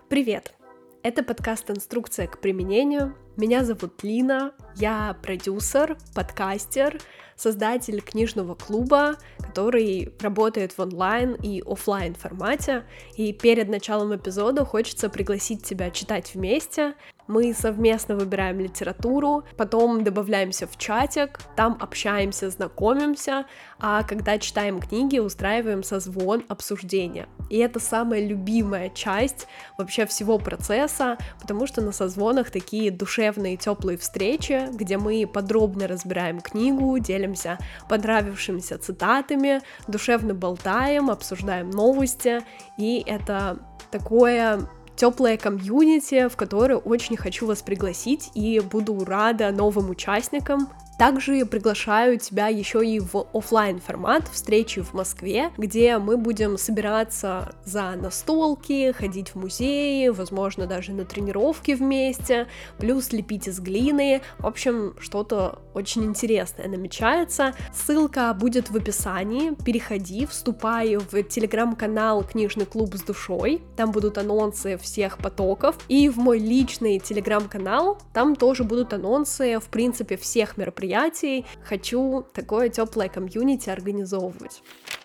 Привет! Это подкаст «Инструкция к применению». Меня зовут Лина, я продюсер, подкастер, создатель книжного клуба, который работает в онлайн и офлайн формате. И перед началом эпизода хочется пригласить тебя читать вместе. Мы совместно выбираем литературу, потом добавляемся в чатик, там общаемся, знакомимся, а когда читаем книги, устраиваем созвон, обсуждение. И это самая любимая часть вообще всего процесса, потому что на созвонах такие душевные, теплые встречи, где мы подробно разбираем книгу, делимся понравившимися цитатами, душевно болтаем, обсуждаем новости, и это такое теплое комьюнити, в которое очень хочу вас пригласить, и буду рада новым участникам. Также приглашаю тебя еще и в офлайн формат встречи в Москве, где мы будем собираться за настолки, ходить в музеи, возможно, даже на тренировки вместе, плюс лепить из глины. В общем, что-то очень интересное намечается. Ссылка будет в описании. Переходи, вступай в телеграм-канал «Книжный клуб с душой». Там будут анонсы всех потоков. И в мой личный телеграм-канал. Там тоже будут анонсы, в принципе, всех мероприятий. Хочу такое теплое комьюнити организовывать.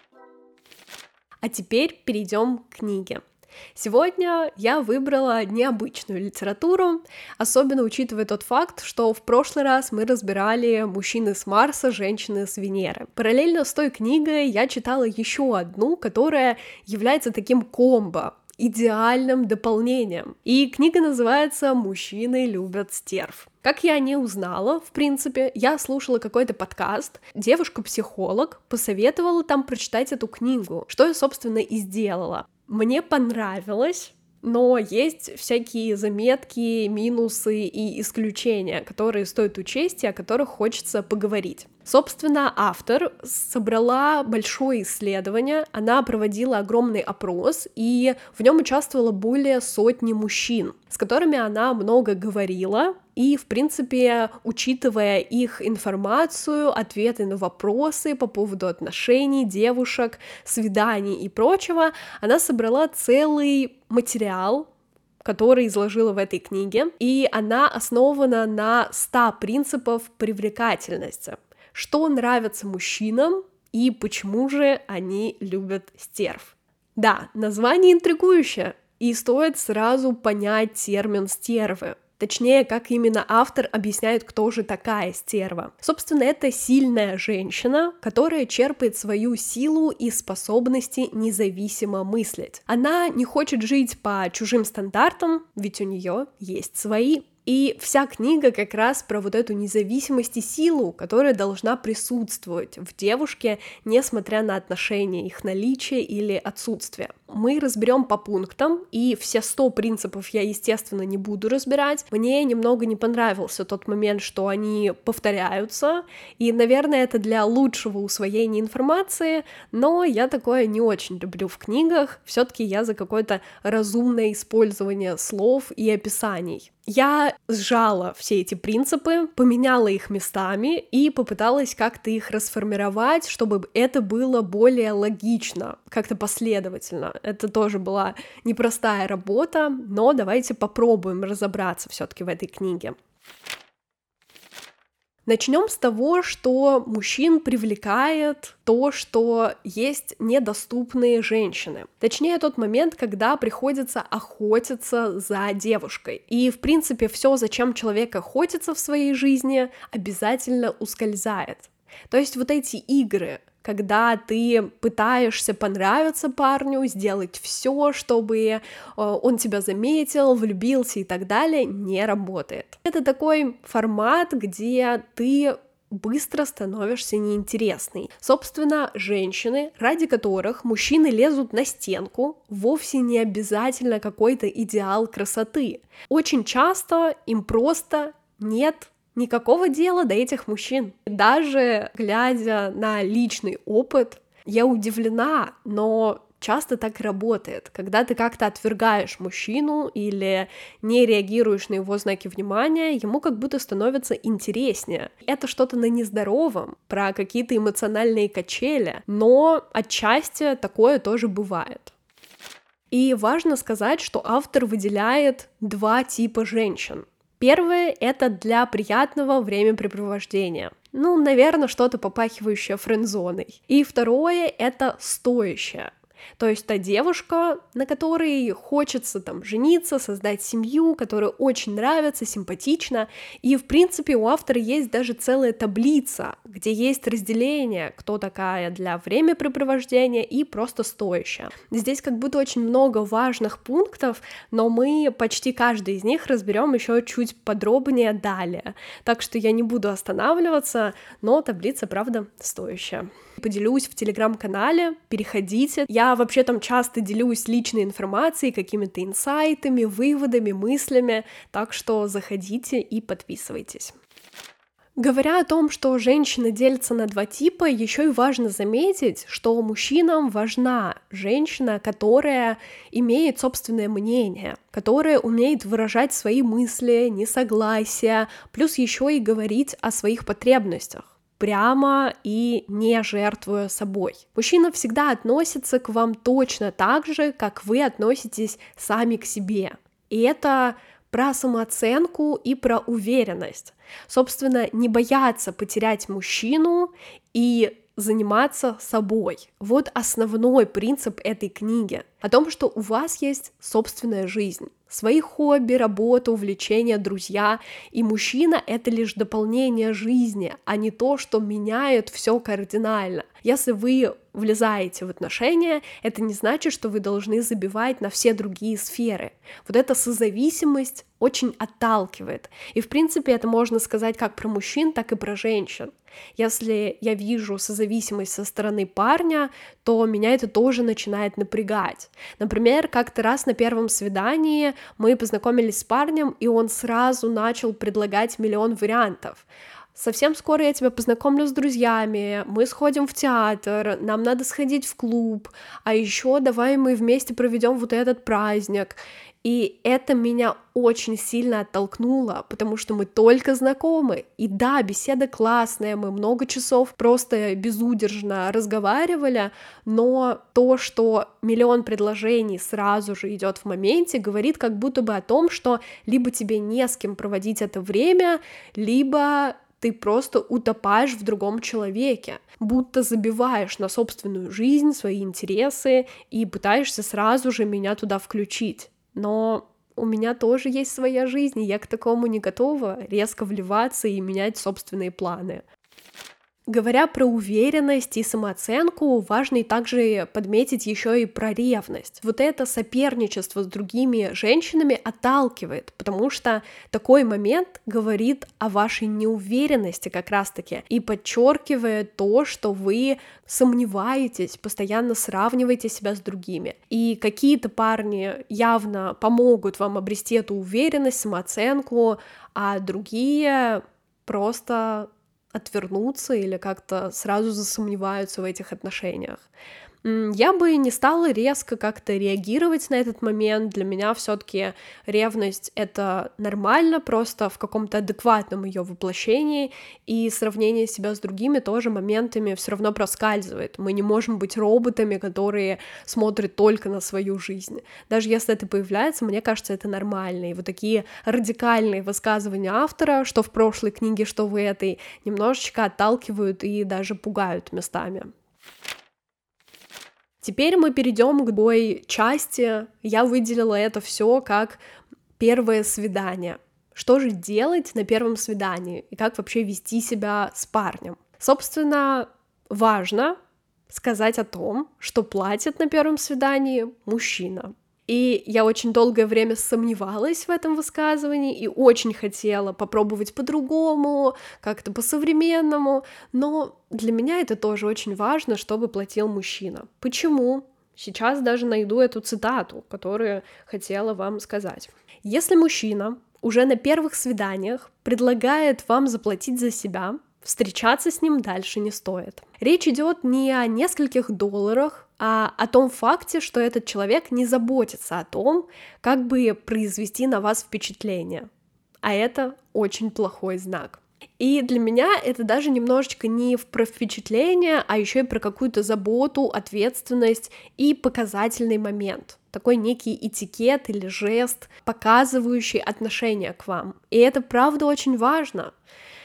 А теперь перейдем к книге. Сегодня я выбрала необычную литературу, особенно учитывая тот факт, что в прошлый раз мы разбирали «Мужчины с Марса, женщины с Венеры». Параллельно с той книгой я читала еще одну, которая является таким комбо, идеальным дополнением. И книга называется «Мужчины любят стерв». Как я не узнала, в принципе, я слушала какой-то подкаст, девушка-психолог посоветовала там прочитать эту книгу, что я, собственно, и сделала. Мне понравилось, но есть всякие заметки, минусы и исключения, которые стоит учесть и о которых хочется поговорить. Собственно, автор собрала большое исследование, она проводила огромный опрос, и в нем участвовало более сотни мужчин, с которыми она много говорила, и, в принципе, учитывая их информацию, ответы на вопросы по поводу отношений, девушек, свиданий и прочего, она собрала целый материал, который изложила в этой книге, и она основана на 100 принципов привлекательности. Что нравится мужчинам и почему же они любят стерв. Да, название интригующее, и стоит сразу понять термин «стервы». Точнее, как именно автор объясняет, кто же такая стерва. Собственно, это сильная женщина, которая черпает свою силу и способности независимо мыслить. Она не хочет жить по чужим стандартам, ведь у нее есть свои. И вся книга как раз про вот эту независимость и силу, которая должна присутствовать в девушке, несмотря на отношения, их наличие или отсутствие. Мы разберем по пунктам, и все 100 принципов я, естественно, не буду разбирать. Мне немного не понравился тот момент, что они повторяются, и, наверное, это для лучшего усвоения информации, но я такое не очень люблю в книгах, все-таки я за какое-то разумное использование слов и описаний. Я сжала все эти принципы, поменяла их местами и попыталась как-то их расформировать, чтобы это было более логично, как-то последовательно. Это тоже была непростая работа, но давайте попробуем разобраться все-таки в этой книге. Начнем с того, что мужчин привлекает то, что есть недоступные женщины. Точнее, тот момент, когда приходится охотиться за девушкой. И, в принципе, все, зачем человек охотится в своей жизни, обязательно ускользает. То есть вот эти игры, когда ты пытаешься понравиться парню, сделать все, чтобы он тебя заметил, влюбился и так далее, не работает. Это такой формат, где ты быстро становишься неинтересной. Собственно, женщины, ради которых мужчины лезут на стенку, вовсе не обязательно какой-то идеал красоты. Очень часто им просто нет никакого дела до этих мужчин. Даже глядя на личный опыт, я удивлена, но часто так работает. Когда ты как-то отвергаешь мужчину или не реагируешь на его знаки внимания, ему как будто становится интереснее. Это что-то на нездоровом, про какие-то эмоциональные качели, но отчасти такое тоже бывает. И важно сказать, что автор выделяет два типа женщин. Первое — это для приятного времяпрепровождения. Наверное, что-то попахивающее френдзоной. И второе — это стоящее. То есть та девушка, на которой хочется жениться, создать семью, которая очень нравится, симпатична. И, в принципе, у автора есть даже целая таблица, где есть разделение, кто такая для времяпрепровождения и просто стоящая. Здесь как будто очень много важных пунктов, но мы почти каждый из них разберем еще чуть подробнее далее. Так что я не буду останавливаться, но таблица, правда, стоящая. Поделюсь в телеграм-канале, переходите. Я вообще там часто делюсь личной информацией, какими-то инсайтами, выводами, мыслями, так что заходите и подписывайтесь. Говоря о том, что женщины делятся на два типа, еще и важно заметить, что мужчинам важна женщина, которая имеет собственное мнение, которая умеет выражать свои мысли, несогласия, плюс еще и говорить о своих потребностях прямо и не жертвуя собой. Мужчина всегда относится к вам точно так же, как вы относитесь сами к себе. И это про самооценку и про уверенность. Собственно, не бояться потерять мужчину и заниматься собой. Вот основной принцип этой книги. О том, что у вас есть собственная жизнь, свои хобби, работа, увлечения, друзья, и мужчина — это лишь дополнение жизни, а не то, что меняет все кардинально. Если вы влезаете в отношения, это не значит, что вы должны забивать на все другие сферы. Вот эта созависимость очень отталкивает. И, в принципе, это можно сказать как про мужчин, так и про женщин. Если я вижу созависимость со стороны парня, то меня это тоже начинает напрягать. Например, как-то раз на первом свидании мы познакомились с парнем, и он сразу начал предлагать миллион вариантов. Совсем скоро я тебя познакомлю с друзьями, мы сходим в театр, нам надо сходить в клуб, а еще давай мы вместе проведем вот этот праздник. И это меня очень сильно оттолкнуло, потому что мы только знакомы. И да, беседа классная, мы много часов просто безудержно разговаривали, но то, что миллион предложений сразу же идет в моменте, говорит как будто бы о том, что либо тебе не с кем проводить это время, либо ты просто утопаешь в другом человеке, будто забиваешь на собственную жизнь, свои интересы и пытаешься сразу же меня туда включить. Но у меня тоже есть своя жизнь, и я к такому не готова резко вливаться и менять собственные планы. Говоря про уверенность и самооценку, важно и также подметить еще и про ревность. Вот это соперничество с другими женщинами отталкивает, потому что такой момент говорит о вашей неуверенности как раз-таки и подчеркивает то, что вы сомневаетесь, постоянно сравниваете себя с другими. И какие-то парни явно помогут вам обрести эту уверенность, самооценку, а другие просто отвернуться или как-то сразу засомневаются в этих отношениях. Я бы не стала резко как-то реагировать на этот момент. Для меня все-таки ревность — это нормально, просто в каком-то адекватном ее воплощении, и сравнение себя с другими тоже моментами все равно проскальзывает. Мы не можем быть роботами, которые смотрят только на свою жизнь. Даже если это появляется, мне кажется, это нормально. И вот такие радикальные высказывания автора, что в прошлой книге, что в этой, немножечко отталкивают и даже пугают местами. Теперь мы перейдем к другой части. Я выделила это все как первое свидание. Что же делать на первом свидании и как вообще вести себя с парнем? Собственно, важно сказать о том, что платит на первом свидании мужчина. И я очень долгое время сомневалась в этом высказывании и очень хотела попробовать по-другому, как-то по-современному, но для меня это тоже очень важно, чтобы платил мужчина. Почему? Сейчас даже найду эту цитату, которую хотела вам сказать. Если мужчина уже на первых свиданиях предлагает вам заплатить за себя, встречаться с ним дальше не стоит. Речь идет не о нескольких долларах, а о том факте, что этот человек не заботится о том, как бы произвести на вас впечатление. А это очень плохой знак. И для меня это даже немножечко не про впечатление, а еще и про какую-то заботу, ответственность и показательный момент. такой некий этикет или жест, показывающий отношение к вам. И это правда очень важно.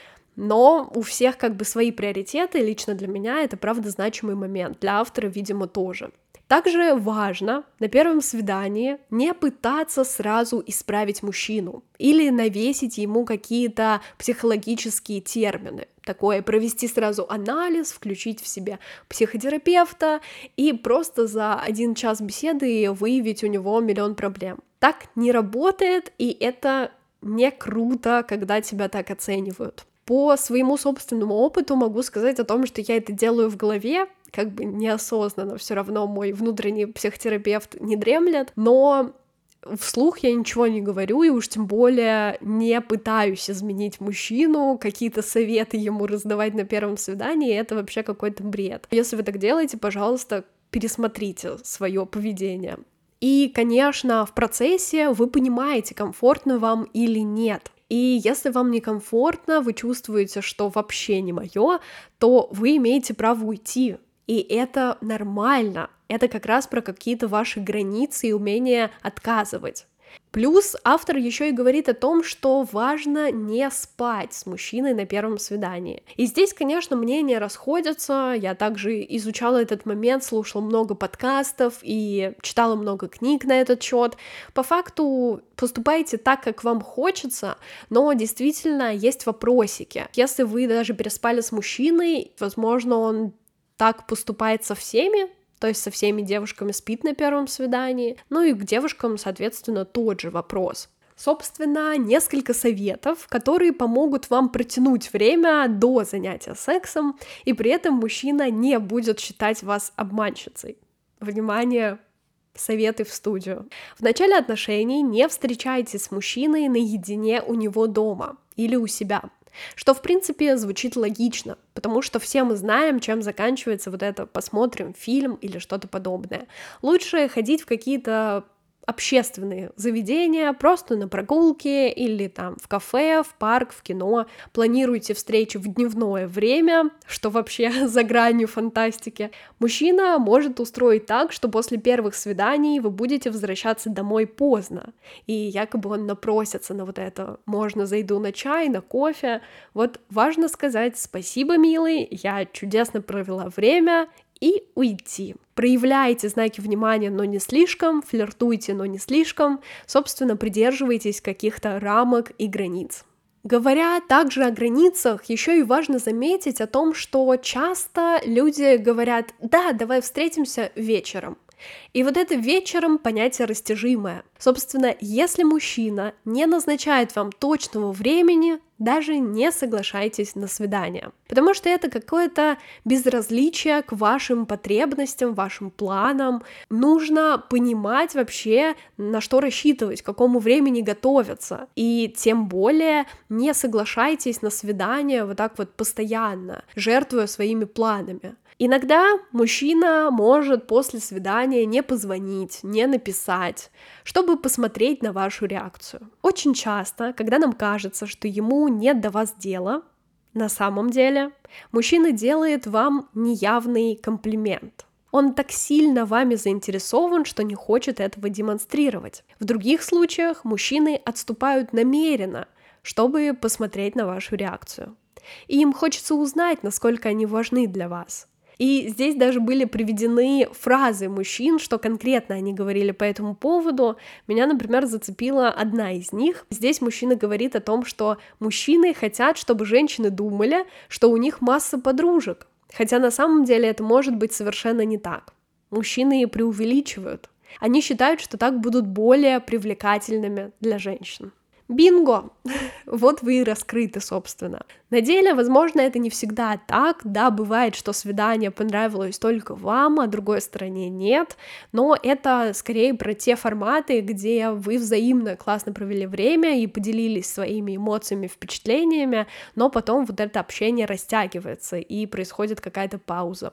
Но у всех как бы свои приоритеты, лично для меня это правда значимый момент, для автора, видимо, тоже. Также важно на первом свидании не пытаться сразу исправить мужчину или навесить ему какие-то психологические термины. Такое провести сразу анализ, включить в себя психотерапевта и просто за 1 час беседы выявить у него миллион проблем. Так не работает, и это не круто, когда тебя так оценивают. По своему собственному опыту могу сказать о том, что я это делаю в голове, как бы неосознанно, все равно мой внутренний психотерапевт не дремлет, но вслух я ничего не говорю, и уж тем более не пытаюсь изменить мужчину, какие-то советы ему раздавать на первом свидании, это вообще какой-то бред. Если вы так делаете, пожалуйста, пересмотрите свое поведение. И, конечно, в процессе вы понимаете, комфортно вам или нет. И если вам некомфортно, вы чувствуете, что вообще не моё, то вы имеете право уйти. И это нормально. Это как раз про какие-то ваши границы и умение отказывать. Плюс автор еще и говорит о том, что важно не спать с мужчиной на первом свидании. И здесь, конечно, мнения расходятся. Я также изучала этот момент, слушала много подкастов и читала много книг на этот счет. По факту поступайте так, как вам хочется, но действительно есть вопросики. Если вы даже переспали с мужчиной, возможно, он так поступает со всеми, то есть со всеми девушками спит на первом свидании, ну и к девушкам, соответственно, тот же вопрос. Собственно, несколько советов, которые помогут вам протянуть время до занятия сексом, и при этом мужчина не будет считать вас обманщицей. Внимание! Советы в студию. В начале отношений не встречайтесь с мужчиной наедине у него дома или у себя. Что, в принципе, звучит логично, потому что все мы знаем, чем заканчивается вот это «посмотрим фильм» или что-то подобное. Лучше ходить в какие-то общественные заведения, просто на прогулки или там в кафе, в парк, в кино. Планируйте встречи в дневное время, что вообще за гранью фантастики. Мужчина может устроить так, что после первых свиданий вы будете возвращаться домой поздно, и якобы он напросится на вот это «можно зайду на чай, на кофе». Вот важно сказать «спасибо, милый, я чудесно провела время», и уйти. Проявляйте знаки внимания, но не слишком, флиртуйте, но не слишком, собственно, придерживайтесь каких-то рамок и границ. Говоря также о границах, еще и важно заметить о том, что часто люди говорят: «Да, давай встретимся вечером». И вот это вечером понятие растяжимое. Собственно, если мужчина не назначает вам точного времени, даже не соглашайтесь на свидание. Потому что это какое-то безразличие к вашим потребностям, вашим планам. Нужно понимать вообще, на что рассчитывать, к какому времени готовиться. И тем более не соглашайтесь на свидание вот так вот постоянно, жертвуя своими планами. Иногда мужчина может после свидания не позвонить, не написать, чтобы посмотреть на вашу реакцию. Очень часто, когда нам кажется, что ему нет до вас дела, на самом деле мужчина делает вам неявный комплимент. Он так сильно вами заинтересован, что не хочет этого демонстрировать. В других случаях мужчины отступают намеренно, чтобы посмотреть на вашу реакцию. И им хочется узнать, насколько они важны для вас. И здесь даже были приведены фразы мужчин, что конкретно они говорили по этому поводу. Меня, например, зацепила одна из них. Здесь мужчина говорит о том, что мужчины хотят, чтобы женщины думали, что у них масса подружек. Хотя на самом деле это может быть совершенно не так. Мужчины преувеличивают. Они считают, что так будут более привлекательными для женщин. Бинго! Вот вы и раскрыты, собственно. На деле, возможно, это не всегда так. Да, бывает, что свидание понравилось только вам, а другой стороне нет. Но это скорее про те форматы, где вы взаимно классно провели время и поделились своими эмоциями, впечатлениями, но потом вот это общение растягивается и происходит какая-то пауза.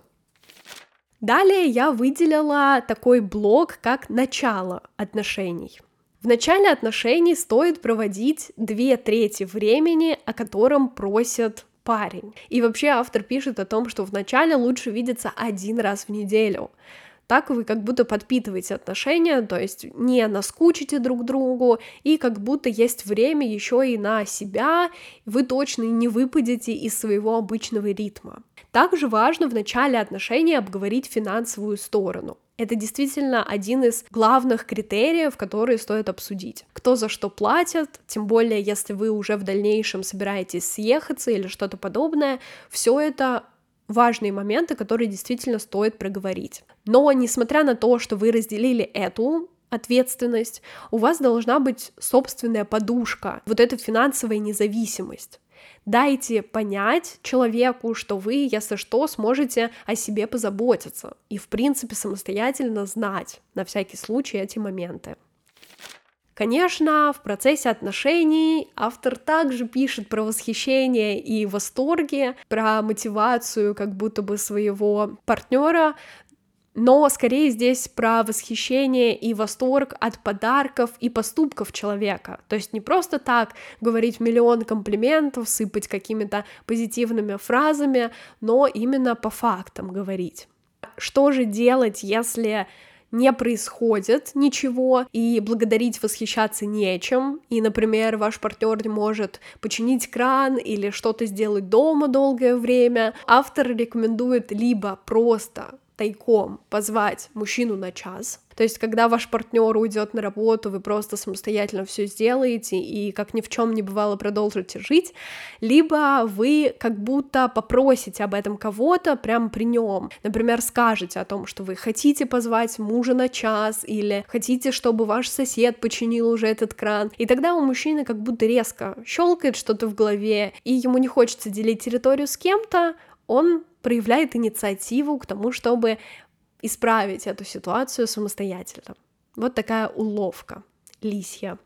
Далее я выделила такой блок, как начало отношений. В начале отношений стоит проводить 2/3 времени, о котором просит парень. И вообще автор пишет о том, что вначале лучше видеться 1 раз в неделю. Так вы как будто подпитываете отношения, то есть не наскучите друг другу, и как будто есть время еще и на себя, вы точно не выпадете из своего обычного ритма. Также важно в начале отношений обговорить финансовую сторону. Это действительно один из главных критериев, которые стоит обсудить. Кто за что платит, тем более, если вы уже в дальнейшем собираетесь съехаться или что-то подобное, все это важные моменты, которые действительно стоит проговорить. Но несмотря на то, что вы разделили эту ответственность, у вас должна быть собственная подушка, вот эта финансовая независимость. Дайте понять человеку, что вы, если что, сможете о себе позаботиться и, в принципе, самостоятельно знать на всякий случай эти моменты. Конечно, в процессе отношений автор также пишет про восхищение и восторги, про мотивацию как будто бы своего партнера, но скорее здесь про восхищение и восторг от подарков и поступков человека. То есть не просто так говорить миллион комплиментов, сыпать какими-то позитивными фразами, но именно по фактам говорить. Что же делать, если не происходит ничего, и благодарить, восхищаться нечем, и, например, ваш партнер не может починить кран или что-то сделать дома долгое время? Автор рекомендует либо просто тайком позвать мужчину на час. То есть, когда ваш партнер уйдет на работу, вы просто самостоятельно все сделаете и, как ни в чем не бывало, продолжите жить, либо вы как будто попросите об этом кого-то прямо при нем. Например, скажете о том, что вы хотите позвать мужа на час или хотите, чтобы ваш сосед починил уже этот кран. И тогда у мужчины как будто резко щелкает что-то в голове, и ему не хочется делить территорию с кем-то, он проявляет инициативу к тому, чтобы исправить эту ситуацию самостоятельно. Вот такая уловка лисья.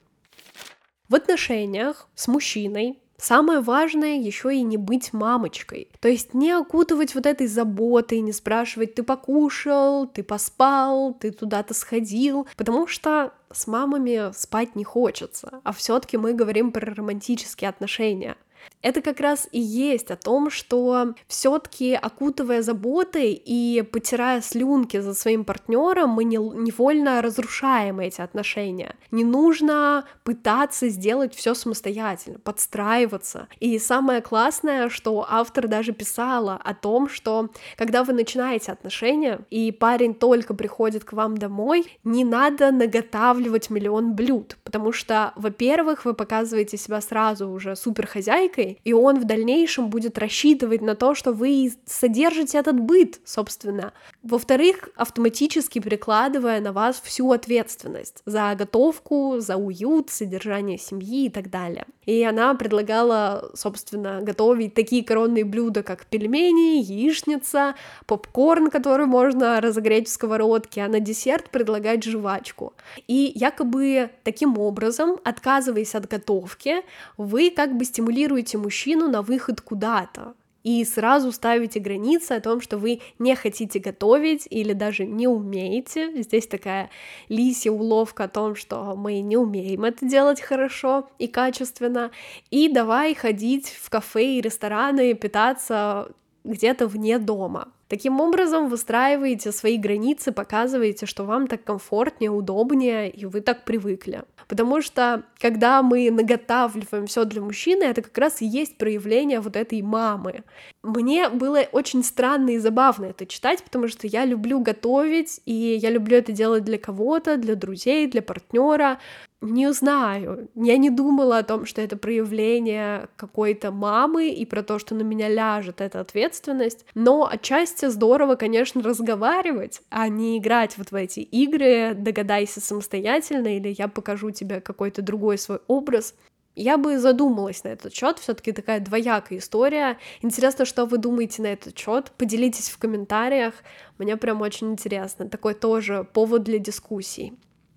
В отношениях с мужчиной самое важное еще и не быть мамочкой. То есть не окутывать вот этой заботой, не спрашивать: ты покушал, ты поспал, ты туда-то сходил, потому что с мамами спать не хочется, а все-таки мы говорим про романтические отношения. Это как раз и есть о том, что все-таки, окутывая заботой и потирая слюнки за своим партнером, мы невольно разрушаем эти отношения. Не нужно пытаться сделать все самостоятельно, подстраиваться. И самое классное, что автор даже писала о том, что когда вы начинаете отношения, и парень только приходит к вам домой, не надо наготавливать миллион блюд, потому что, во-первых, вы показываете себя сразу уже суперхозяйкой, и он в дальнейшем будет рассчитывать на то, что вы содержите этот быт, собственно. Во-вторых, автоматически перекладывая на вас всю ответственность за готовку, за уют, содержание семьи и так далее. И она предлагала, собственно, готовить такие коронные блюда, как пельмени, яичница, попкорн, который можно разогреть в сковородке, а на десерт предлагать жвачку. И якобы таким образом, отказываясь от готовки, вы как бы стимулируете мужчину на выход куда-то. И сразу ставите границы о том, что вы не хотите готовить или даже не умеете. Здесь такая лисья уловка о том, что мы не умеем это делать хорошо и качественно. И давай ходить в кафе и рестораны, питаться где-то вне дома. Таким образом, выстраиваете свои границы, показываете, что вам так комфортнее, удобнее, и вы так привыкли. Потому что, когда мы наготавливаем все для мужчины, это как раз и есть проявление вот этой мамы. Мне было очень странно и забавно это читать, потому что я люблю готовить, и я люблю это делать для кого-то, для друзей, для партнера. Не знаю, я не думала о том, что это проявление какой-то мамы и про то, что на меня ляжет эта ответственность, но отчасти здорово, конечно, разговаривать, а не играть вот в эти игры «догадайся самостоятельно» или «я покажу тебе какой-то другой свой образ». Я бы задумалась на этот счет, все-таки такая двоякая история. Интересно, что вы думаете на этот счет. Поделитесь в комментариях, мне прям очень интересно. Такой тоже повод для дискуссий.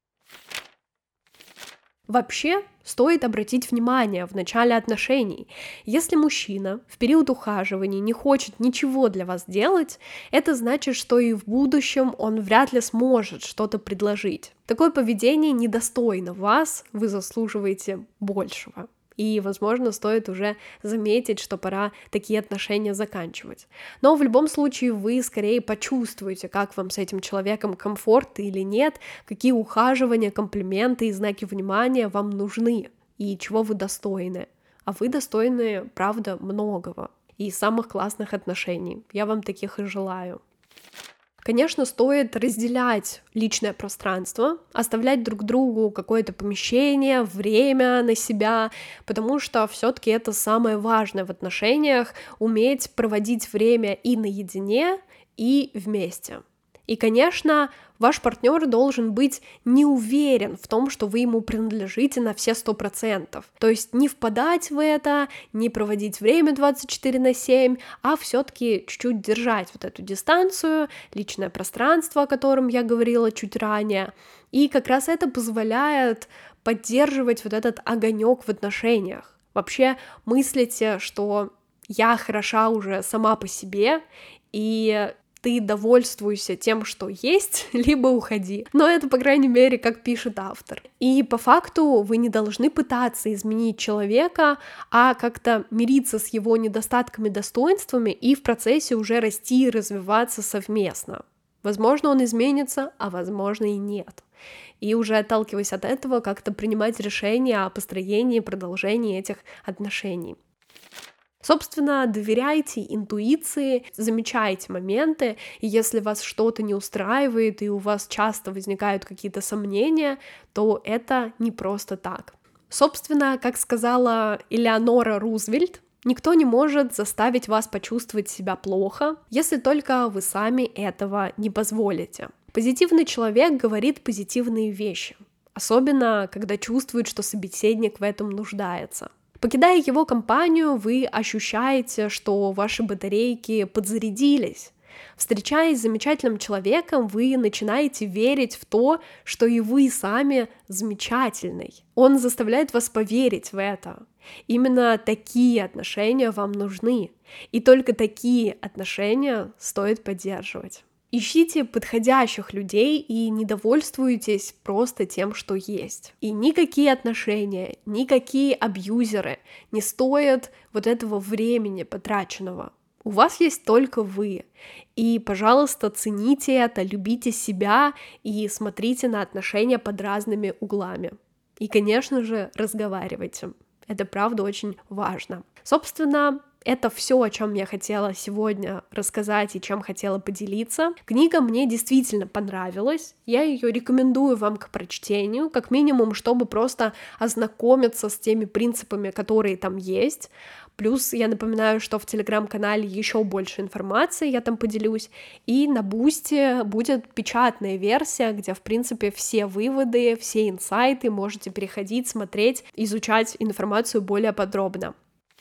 Вообще, стоит обратить внимание в начале отношений. Если мужчина в период ухаживания не хочет ничего для вас делать, это значит, что и в будущем он вряд ли сможет что-то предложить. Такое поведение недостойно вас, вы заслуживаете большего. И, возможно, стоит уже заметить, что пора такие отношения заканчивать. Но в любом случае вы скорее почувствуете, как вам с этим человеком комфортно или нет, какие ухаживания, комплименты и знаки внимания вам нужны, и чего вы достойны. А вы достойны, правда, многого и самых классных отношений. Я вам таких и желаю. Конечно, стоит разделять личное пространство, оставлять друг другу какое-то помещение, время на себя, потому что все-таки это самое важное в отношениях — уметь проводить время и наедине, и вместе. И, конечно, ваш партнер должен быть не уверен в том, что вы ему принадлежите на все 100%. То есть не впадать в это, не проводить время 24/7, а все-таки чуть-чуть держать вот эту дистанцию, личное пространство, о котором я говорила чуть ранее. И как раз это позволяет поддерживать вот этот огонек в отношениях. Вообще мыслите, что я хороша уже сама по себе, и ты довольствуйся тем, что есть, либо уходи. Но это, по крайней мере, как пишет автор. И по факту вы не должны пытаться изменить человека, а как-то мириться с его недостатками, достоинствами и в процессе уже расти и развиваться совместно. Возможно, он изменится, а возможно и нет. И уже отталкиваясь от этого, как-то принимать решения о построении и продолжении этих отношений. Собственно, доверяйте интуиции, замечайте моменты, и если вас что-то не устраивает, и у вас часто возникают какие-то сомнения, то это не просто так. Собственно, как сказала Элеонора Рузвельт, никто не может заставить вас почувствовать себя плохо, если только вы сами этого не позволите. Позитивный человек говорит позитивные вещи, особенно когда чувствует, что собеседник в этом нуждается. Покидая его компанию, вы ощущаете, что ваши батарейки подзарядились. Встречаясь с замечательным человеком, вы начинаете верить в то, что и вы сами замечательный. Он заставляет вас поверить в это. Именно такие отношения вам нужны, и только такие отношения стоит поддерживать. Ищите подходящих людей и не довольствуйтесь просто тем, что есть. И никакие отношения, никакие абьюзеры не стоят вот этого времени потраченного. У вас есть только вы. И, пожалуйста, цените это, любите себя и смотрите на отношения под разными углами. И, конечно же, разговаривайте. Это, правда, очень важно. Собственно, это все, о чем я хотела сегодня рассказать и чем хотела поделиться. Книга мне действительно понравилась. Я ее рекомендую вам к прочтению, как минимум, чтобы просто ознакомиться с теми принципами, которые там есть. Плюс я напоминаю, что в Телеграм-канале еще больше информации, я там поделюсь. И на Бусти будет печатная версия, где, в принципе, все выводы, все инсайты можете переходить, смотреть, изучать информацию более подробно.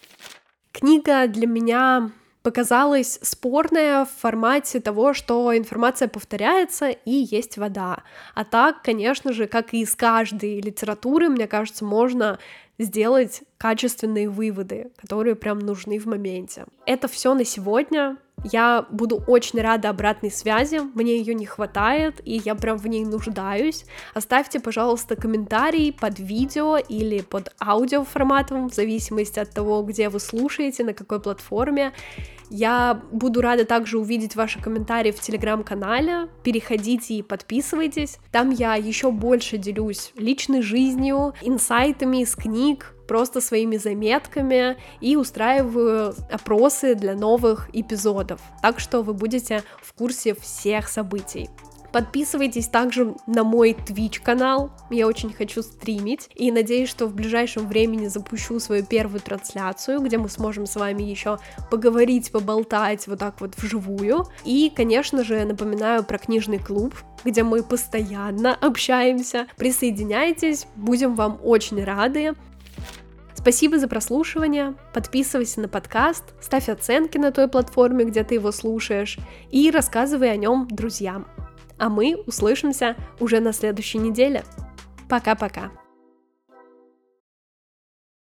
Книга для меня показалась спорная в формате того, что информация повторяется и есть вода. А так, конечно же, как и из каждой литературы, мне кажется, можно сделать качественные выводы, которые прям нужны в моменте. Это все на сегодня. Я буду очень рада обратной связи, мне ее не хватает, и я прям в ней нуждаюсь. Оставьте, пожалуйста, комментарий под видео или под аудиоформатом, в зависимости от того, где вы слушаете, на какой платформе. Я буду рада также увидеть ваши комментарии в Телеграм-канале. Переходите и подписывайтесь. Там я еще больше делюсь личной жизнью, инсайтами из книг, просто своими заметками и устраиваю опросы для новых эпизодов. Так что вы будете в курсе всех событий. Подписывайтесь также на мой Twitch-канал, я очень хочу стримить, и надеюсь, что в ближайшем времени запущу свою первую трансляцию, где мы сможем с вами еще поговорить, поболтать вот так вот вживую. И, конечно же, напоминаю про книжный клуб, где мы постоянно общаемся. Присоединяйтесь, будем вам очень рады. Спасибо за прослушивание, подписывайся на подкаст, ставь оценки на той платформе, где ты его слушаешь, и рассказывай о нем друзьям. А мы услышимся уже на следующей неделе. Пока-пока!